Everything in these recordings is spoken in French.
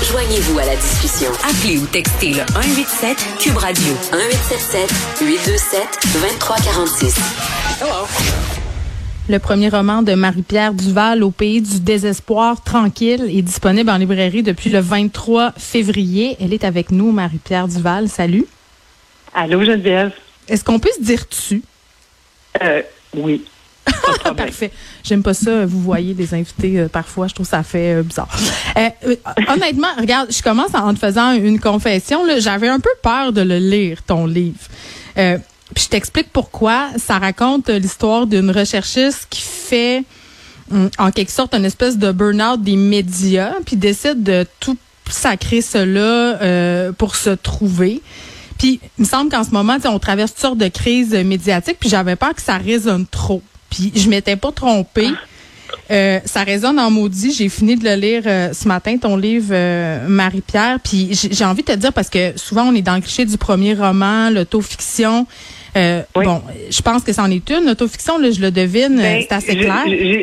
Joignez-vous à la discussion. Appelez ou textez le 187 Cube Radio 1877 827 2346. Hello. Le premier roman de Marie-Pierre Duval, Au pays du désespoir tranquille, est disponible en librairie depuis le 23 février. Elle est avec nous, Marie-Pierre Duval. Salut. Allô, Geneviève. Est-ce qu'on peut se dire tu? Oui. Parfait. J'aime pas ça. Vous voyez les invités parfois. Je trouve ça fait bizarre. Honnêtement, regarde, je commence en te faisant une confession. Là, j'avais un peu peur de le lire, ton livre. Puis je t'explique pourquoi. Ça raconte l'histoire d'une recherchiste qui fait en quelque sorte une espèce de burn-out des médias, puis décide de tout sacrer cela pour se trouver. Puis il me semble qu'en ce moment, on traverse toutes sortes de crises médiatiques, puis j'avais peur que ça résonne trop. Puis je m'étais pas trompée. Ça résonne en maudit. J'ai fini de le lire ce matin, ton livre, Marie-Pierre. Puis j'ai envie de te dire, parce que souvent on est dans le cliché du premier roman, l'autofiction. Oui. Bon, je pense que c'en est une. L'autofiction, là, je le devine, c'est assez clair.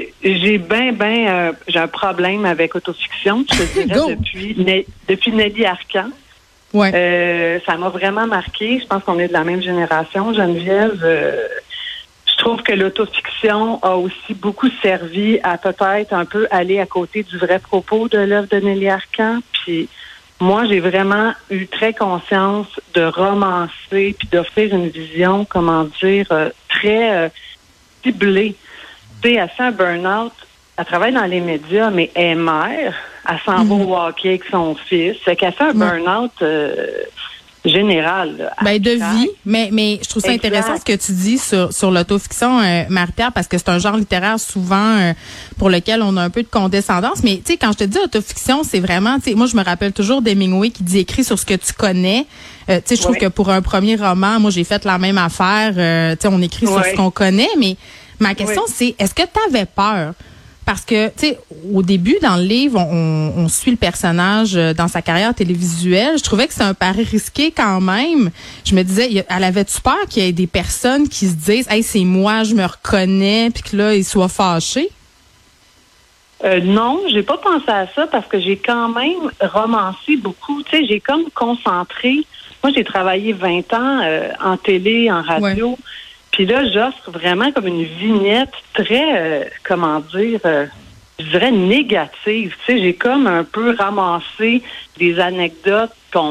J'ai un problème avec autofiction, je te dirais, depuis Nelly Arcan. Ouais. Ça m'a vraiment marqué. Je pense qu'on est de la même génération, Geneviève. Je trouve que l'autofiction a aussi beaucoup servi à peut-être un peu aller à côté du vrai propos de l'œuvre de Nelly Arcan. Puis moi, j'ai vraiment eu très conscience de romancer puis d'offrir une vision, très ciblée. Tu sais, elle fait un burn-out, elle travaille dans les médias, mais elle est mère, elle s'en va au hockey avec son fils. Fait qu'elle fait un burn-out général. Là, de vie, mais je trouve ça intéressant ce que tu dis sur l'autofiction, Marie-Pierre, parce que c'est un genre littéraire souvent pour lequel on a un peu de condescendance. Mais tu sais, quand je te dis autofiction, c'est vraiment, tu sais, moi je me rappelle toujours d'Hemingway qui dit écris sur ce que tu connais. Tu sais, je trouve que pour un premier roman, moi j'ai fait la même affaire. Tu sais, on écrit sur ce qu'on connaît, mais ma question c'est, est-ce que tu avais peur? Parce que, tu sais, au début, dans le livre, on suit le personnage dans sa carrière télévisuelle. Je trouvais que c'est un pari risqué quand même. Je me disais, elle avait-tu peur qu'il y ait des personnes qui se disent « Hey, c'est moi, je me reconnais », puis que là, ils soient fâchés? Non, j'ai pas pensé à ça parce que j'ai quand même romancé beaucoup. Tu sais, j'ai comme concentré. Moi, j'ai travaillé 20 ans en télé, en radio. Ouais. Puis là, j'offre vraiment comme une vignette très, je dirais négative. Tu sais, j'ai comme un peu ramassé des anecdotes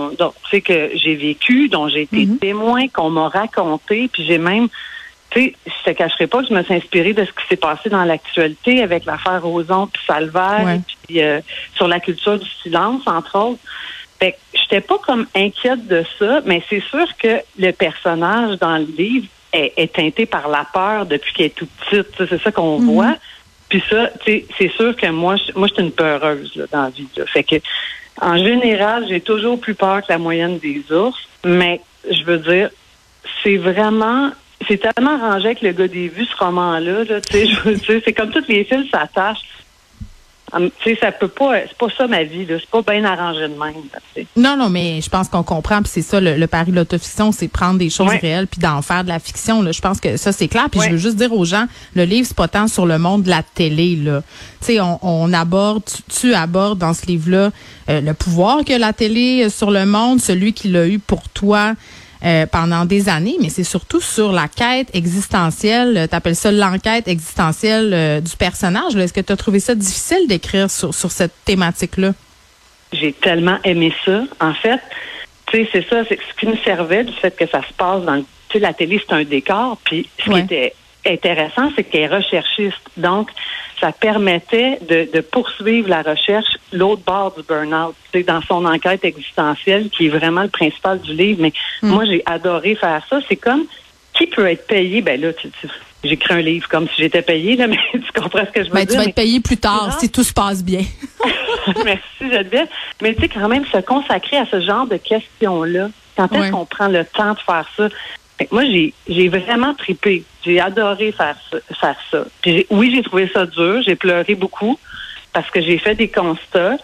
que j'ai vécues, dont j'ai été témoin, qu'on m'a raconté. Puis j'ai même, tu sais, je te cacherai pas que je me suis inspirée de ce qui s'est passé dans l'actualité avec l'affaire Roson puis Salvaire, puis sur la culture du silence, entre autres. Fait que j'étais pas comme inquiète de ça, mais c'est sûr que le personnage dans le livre est teintée par la peur depuis qu'elle est toute petite. C'est ça qu'on voit. Puis ça, c'est sûr que moi, je suis une peureuse là, dans la vie. Là. Fait que, en général, j'ai toujours plus peur que la moyenne des ours. Mais je veux dire, c'est tellement arrangé avec le gars des vues, ce roman-là. Là, c'est comme tous les fils s'attachent. Tu sais, ça peut pas, c'est pas ça ma vie, là. C'est pas bien arrangé de même. T'sais. Non, mais je pense qu'on comprend, puis c'est ça, le pari de l'autofiction, c'est prendre des choses réelles puis d'en faire de la fiction, là. Je pense que ça, c'est clair. Puis je veux juste dire aux gens, le livre, c'est pas tant sur le monde de la télé, là. Tu sais, on aborde, tu abordes dans ce livre-là le pouvoir que la télé sur le monde, celui qui l'a eu pour toi pendant des années, mais c'est surtout sur la quête existentielle, t'appelles ça l'enquête existentielle du personnage. Là. Est-ce que tu as trouvé ça difficile d'écrire sur cette thématique-là? J'ai tellement aimé ça. En fait, tu sais, c'est ça, c'est ce qui nous servait du fait que ça se passe dans, tu sais, la télé, c'est un décor, puis ce qui était intéressant, c'est qu'elle est recherchiste. Donc, ça permettait de poursuivre la recherche l'autre bord du burn-out, tu sais, dans son enquête existentielle, qui est vraiment le principal du livre. Mais moi, j'ai adoré faire ça. C'est comme, qui peut être payé? Ben là, j'écris un livre comme si j'étais payé, là, mais tu comprends ce que je veux dire? Tu vas être payé plus tard, si tout se passe bien. Merci, Geneviève. Mais tu sais, quand même, se consacrer à ce genre de questions-là, quand est-ce qu'on prend le temps de faire ça? Moi, j'ai vraiment trippé. J'ai adoré faire ça. Puis oui, j'ai trouvé ça dur. J'ai pleuré beaucoup parce que j'ai fait des constats.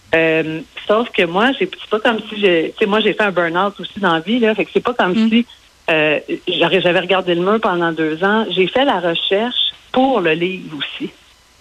Sauf que moi, c'est pas comme si tu sais, moi, j'ai fait un burn-out aussi dans la vie, là. Fait que c'est pas comme si j'avais regardé le mur pendant 2 ans. J'ai fait la recherche pour le livre aussi.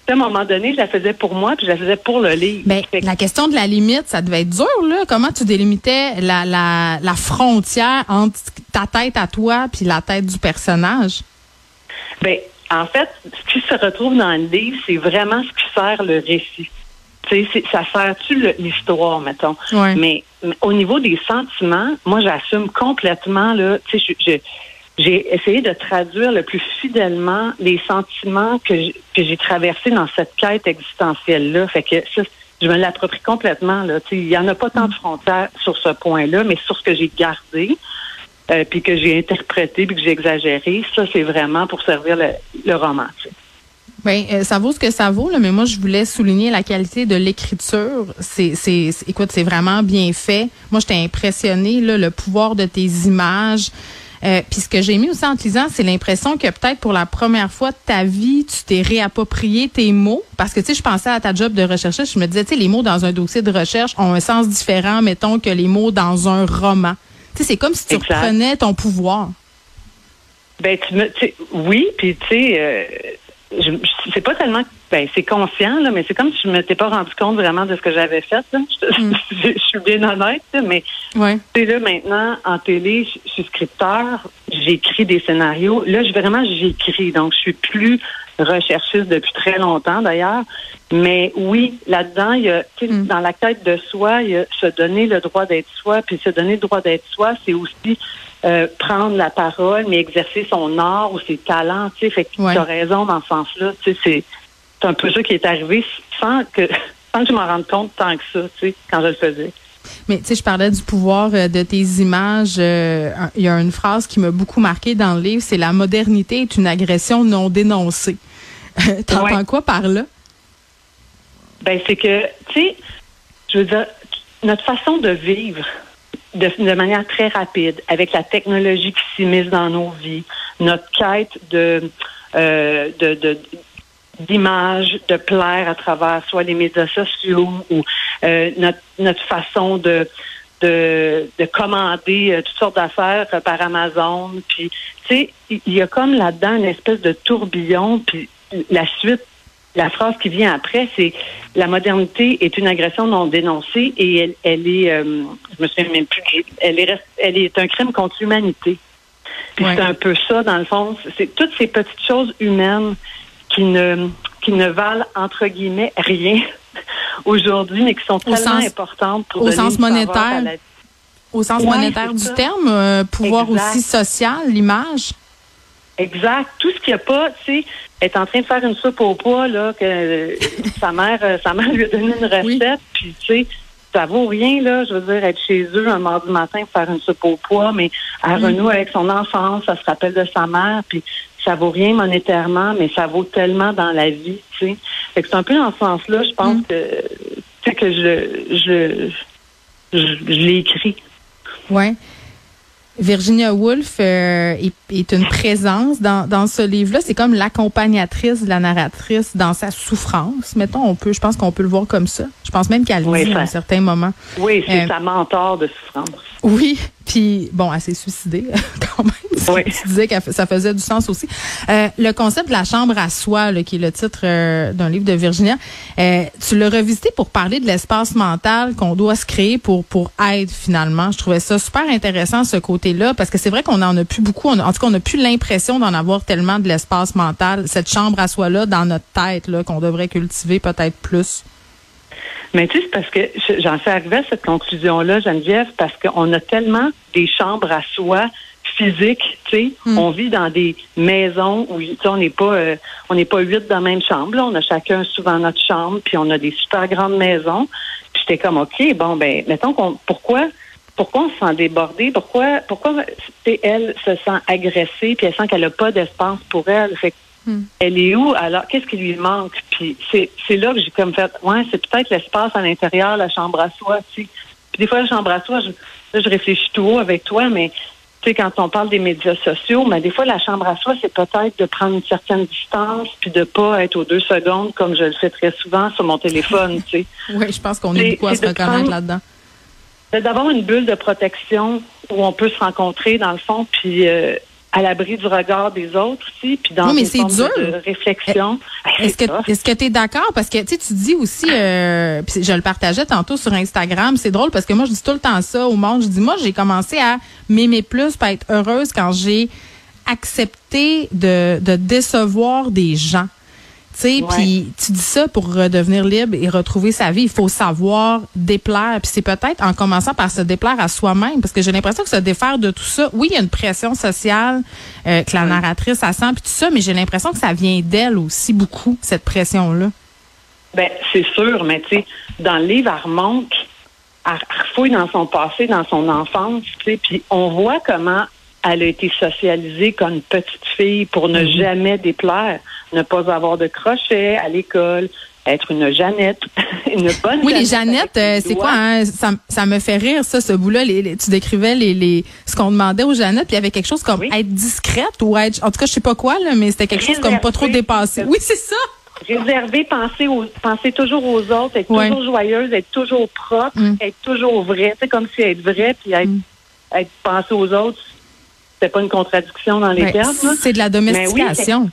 à un moment donné, je la faisais pour moi, puis je la faisais pour le livre. Ben, la question de la limite, ça devait être dur, là. Comment tu délimitais la frontière entre ta tête à toi puis la tête du personnage? Ben, en fait, ce qui se retrouve dans le livre, c'est vraiment ce qui sert le récit. Tu sais, ça sert-tu l'histoire, mettons? Ouais. Mais au niveau des sentiments, moi, j'assume complètement, là, tu sais, j'ai essayé de traduire le plus fidèlement les sentiments que j'ai traversés dans cette quête existentielle-là. Fait que ça, je me l'approprie complètement, là. Tu sais, il y en a pas tant de frontières sur ce point-là, mais sur ce que j'ai gardé, puis que j'ai interprété, puis que j'ai exagéré, ça, c'est vraiment pour servir le roman, tu sais. Ben, ça vaut ce que ça vaut, là, mais moi, je voulais souligner la qualité de l'écriture. Écoute, c'est vraiment bien fait. Moi, j'étais impressionnée, là, le pouvoir de tes images. Puis ce que j'ai mis aussi en te lisant, c'est l'impression que peut-être pour la première fois de ta vie, tu t'es réapproprié tes mots. Parce que, tu sais, je pensais à ta job de recherchiste, je me disais, tu sais, les mots dans un dossier de recherche ont un sens différent, mettons, que les mots dans un roman. Tu sais, c'est comme si tu reprenais ton pouvoir. Ben, oui, puis tu sais... c'est pas tellement, c'est conscient, là, mais c'est comme si je ne m'étais pas rendu compte vraiment de ce que j'avais fait. Là. Je suis bien honnête, là, mais tu sais, là, maintenant, en télé, je suis scripteur, j'écris des scénarios. Là, j'écris, donc je suis plus recherchiste depuis très longtemps, d'ailleurs. Mais oui, là-dedans, il y a, dans la quête de soi, il y a se donner le droit d'être soi, puis se donner le droit d'être soi, c'est aussi prendre la parole, mais exercer son art ou ses talents, tu sais. Fait que tu as raison dans ce sens-là, tu sais, c'est un peu ça qui est arrivé sans que je m'en rende compte tant que ça, tu sais, quand je le faisais. Mais tu sais, je parlais du pouvoir de tes images. Il y a une phrase qui m'a beaucoup marquée dans le livre, c'est « La modernité est une agression non dénoncée ». T'entends quoi par là? Ben, c'est que, tu sais, je veux dire, notre façon de vivre de manière très rapide, avec la technologie qui s'immisce dans nos vies, notre quête d'images, de plaire à travers soit les médias sociaux ou notre façon de commander toutes sortes d'affaires par Amazon. Puis, tu sais, il y a comme là-dedans une espèce de tourbillon, puis la suite, la phrase qui vient après, c'est « La modernité est une agression non dénoncée et elle est, je me souviens même plus, elle est un crime contre l'humanité. » Puis c'est un peu ça, dans le fond, c'est toutes ces petites choses humaines qui ne valent, entre guillemets, rien aujourd'hui, mais qui sont tellement importantes pour donner sens monétaire. Au sens monétaire du terme, pouvoir aussi social, l'image. Exact. Tout ce qu'il n'y a pas, tu sais, est en train de faire une soupe au pois, là, que sa mère lui a donné une recette, puis tu sais, ça vaut rien, là, je veux dire, être chez eux un mardi matin pour faire une soupe au pois, mais elle renoue avec son enfance, ça se rappelle de sa mère, puis ça vaut rien monétairement, mais ça vaut tellement dans la vie, tu sais. Fait que c'est un peu dans ce sens-là, je pense que, tu sais, que je l'ai écrit. Ouais. Virginia Woolf est une présence dans ce livre-là. C'est comme l'accompagnatrice de la narratrice dans sa souffrance. Mettons, je pense qu'on peut le voir comme ça. Je pense même qu'elle le dit à un certain moment. Oui, c'est sa mentor de souffrance. Oui, puis bon, elle s'est suicidée quand même. Oui. Tu disais que ça faisait du sens aussi. Le concept de la chambre à soi, là, qui est le titre d'un livre de Virginia, tu l'as revisité pour parler de l'espace mental qu'on doit se créer pour être finalement. Je trouvais ça super intéressant, ce côté-là, parce que c'est vrai qu'on en a plus beaucoup. En tout cas, on n'a plus l'impression d'en avoir tellement de l'espace mental, cette chambre à soi-là dans notre tête, là, qu'on devrait cultiver peut-être plus. Mais tu sais, c'est parce que j'en suis arrivée à cette conclusion-là, Geneviève, parce qu'on a tellement des chambres à soi physiques, tu sais. On vit dans des maisons où, tu sais, on n'est pas 8 dans la même chambre. Là, on a chacun souvent notre chambre, puis on a des super grandes maisons. Puis j'étais comme, OK, bon, ben, mettons pourquoi on se sent débordé? Pourquoi elle se sent agressée, puis elle sent qu'elle n'a pas d'espace pour elle? Fait que elle est où? Alors, qu'est-ce qui lui manque? Puis c'est là que j'ai comme fait, c'est peut-être l'espace à l'intérieur, la chambre à soi, tu sais. Puis des fois, la chambre à soi, je réfléchis tout haut avec toi, mais tu sais, quand on parle des médias sociaux, mais des fois, la chambre à soi, c'est peut-être de prendre une certaine distance puis de pas être aux 2 secondes comme je le fais très souvent sur mon téléphone, tu sais. Oui, je pense qu'on est beaucoup à se reconnaître là-dedans. D'avoir une bulle de protection où on peut se rencontrer, dans le fond, puis à l'abri du regard des autres aussi, puis dans mais une c'est forme dur. de réflexion. Est-ce que tu es d'accord? Parce que tu dis aussi, puis je le partageais tantôt sur Instagram, c'est drôle parce que moi, je dis tout le temps ça au monde. Je dis, moi, j'ai commencé à m'aimer plus, pas être heureuse quand j'ai accepté de décevoir des gens. Tu sais, puis tu dis ça pour redevenir libre et retrouver sa vie. Il faut savoir déplaire. Puis c'est peut-être en commençant par se déplaire à soi-même, parce que j'ai l'impression que se défaire de tout ça, oui, il y a une pression sociale que la narratrice a sent, puis tout ça, mais j'ai l'impression que ça vient d'elle aussi beaucoup, cette pression-là. Ben c'est sûr, mais tu sais, dans le livre, elle remonte, elle refouille dans son passé, dans son enfance, tu sais, puis on voit comment elle a été socialisée comme une petite fille pour ne jamais déplaire, ne pas avoir de crochet à l'école, être une Jeannette, une bonne Oui, Jeannette. les Jeannettes, c'est quoi, hein? Ça me fait rire, ça, ce bout-là. Tu décrivais ce qu'on demandait aux Jeannettes, puis il y avait quelque chose comme être discrète ou être, en tout cas, je sais pas quoi, là, mais c'était quelque chose comme pas trop dépasser. Oui, c'est ça. Réserver, penser toujours aux autres, être toujours joyeuse, être toujours propre, être toujours vraie. C'est comme si être vraie puis être penser aux autres, c'était pas une contradiction dans les termes. C'est de la domestication.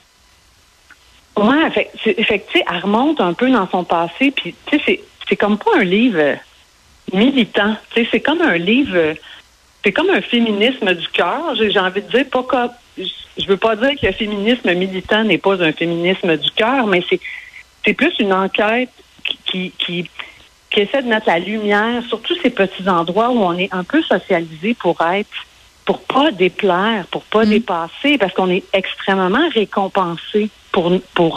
Ouais, fait tu sais, elle remonte un peu dans son passé, puis tu sais, c'est comme pas un livre militant. Tu sais, c'est comme un livre, c'est comme un féminisme du cœur. J'ai envie de dire, pas comme, je veux pas dire que le féminisme militant n'est pas un féminisme du cœur, mais c'est plus une enquête qui essaie de mettre la lumière sur tous ces petits endroits où on est un peu socialisé pour pas déplaire, pour pas dépasser, parce qu'on est extrêmement récompensé pour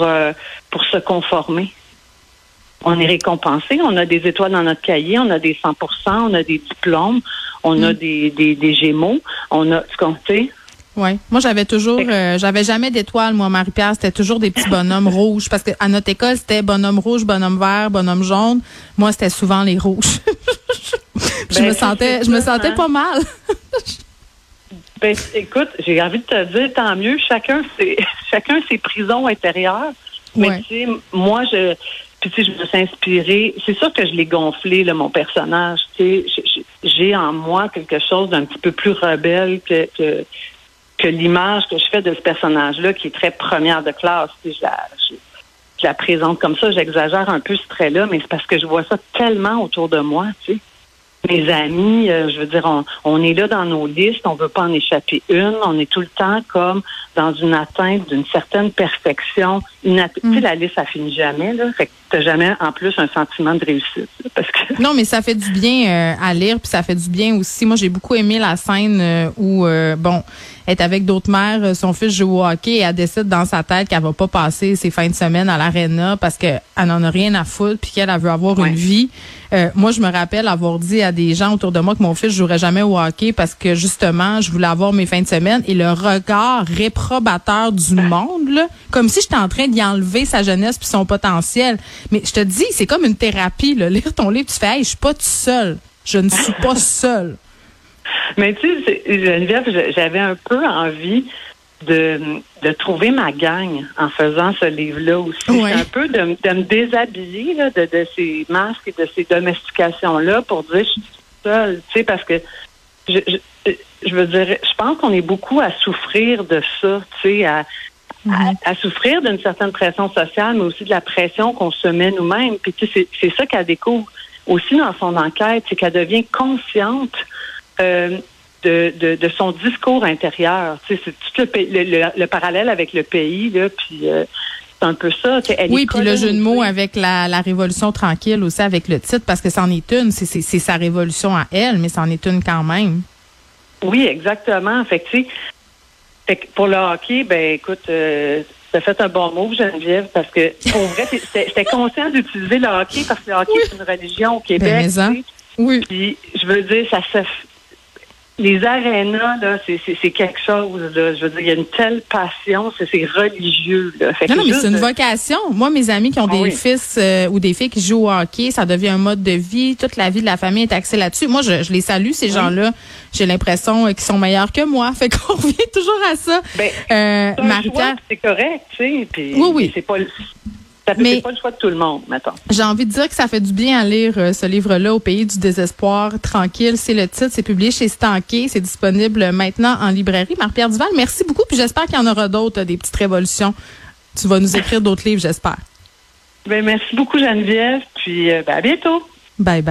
se conformer. On est récompensé, on a des étoiles dans notre cahier, on a des 100%, on a des diplômes, on a des Gémeaux, on a, tu comprends? Oui. Moi, j'avais jamais d'étoiles, moi, Marie-Pierre. C'était toujours des petits bonhommes rouges. Parce que à notre école, c'était bonhomme rouge, bonhomme vert, bonhomme jaune. Moi, c'était souvent les rouges. Je me sentais pas mal. Ben, écoute, j'ai envie de te dire, tant mieux, chacun ses prisons intérieures. Mais tu sais, moi, je me suis inspirée. C'est sûr que je l'ai gonflé, là, mon personnage. Tu sais, j'ai en moi quelque chose d'un petit peu plus rebelle que l'image que je fais de ce personnage-là, qui est très première de classe. Tu sais, je la présente comme ça, j'exagère un peu ce trait-là, mais c'est parce que je vois ça tellement autour de moi, tu sais. Mes amis, je veux dire, on est là dans nos listes, on veut pas en échapper une, on est tout le temps comme dans une atteinte d'une certaine perfection. Tu sais, la liste, ça finit jamais, là. Fait que t'as jamais, en plus, un sentiment de réussite. Là, parce que... Non, mais ça fait du bien à lire, puis ça fait du bien aussi. Moi, j'ai beaucoup aimé la scène où, elle est avec d'autres mères, son fils joue au hockey et elle décide dans sa tête qu'elle va pas passer ses fins de semaine à l'aréna parce qu'elle n'en a rien à foutre puis qu'elle veut avoir une vie. Moi, je me rappelle avoir dit à des gens autour de moi que mon fils jouerait jamais au hockey parce que justement, je voulais avoir mes fins de semaine et le regard réprobateur du monde, là, comme si j'étais en train d'y enlever sa jeunesse puis son potentiel. Mais je te dis, c'est comme une thérapie, là. Lire ton livre, tu fais, hey, je suis pas toute seule. Je ne suis pas seule. Mais tu sais, Geneviève, j'avais un peu envie de trouver ma gang en faisant ce livre-là aussi. C'est un peu de me déshabiller là, de ces masques et de ces domestications-là pour dire je suis seule, tu sais, parce que je veux dire, je pense qu'on est beaucoup à souffrir de ça, tu sais, à souffrir d'une certaine pression sociale, mais aussi de la pression qu'on se met nous-mêmes. Puis tu sais, c'est ça qu'elle découvre aussi dans son enquête, c'est qu'elle devient consciente de son discours intérieur. Tu sais, c'est tout le parallèle avec le pays, là, puis c'est un peu ça. Oui, puis le jeu de mots avec la Révolution tranquille aussi, avec le titre, parce que c'en est une, c'est sa révolution à elle, mais c'en est une quand même. Oui, exactement. Fait que pour le hockey, ben écoute, t'as fait un bon mot, Geneviève, parce que pour vrai, j'étais consciente d'utiliser le hockey parce que le hockey, c'est une religion au Québec. Oui. Puis, je veux dire, ça se... Les arénas, là, c'est quelque chose, là. Je veux dire, il y a une telle passion, c'est religieux, là. Fait non, mais c'est une vocation. Moi, mes amis qui ont des fils ou des filles qui jouent au hockey, ça devient un mode de vie. Toute la vie de la famille est axée là-dessus. Moi, je les salue, ces gens-là. J'ai l'impression qu'ils sont meilleurs que moi. Fait qu'on revient toujours à ça. Ben, Marie-Pierre. C'est correct, tu sais. Puis, oui. c'est pas... C'est pas le choix de tout le monde, mettons. J'ai envie de dire que ça fait du bien à lire ce livre-là, Au pays du désespoir tranquille. C'est le titre, c'est publié chez Stanké. C'est disponible maintenant en librairie. Marie-Pierre Duval, merci beaucoup. Puis j'espère qu'il y en aura d'autres, des petites révolutions. Tu vas nous écrire d'autres livres, j'espère. Merci beaucoup, Geneviève. Puis à bientôt. Bye bye.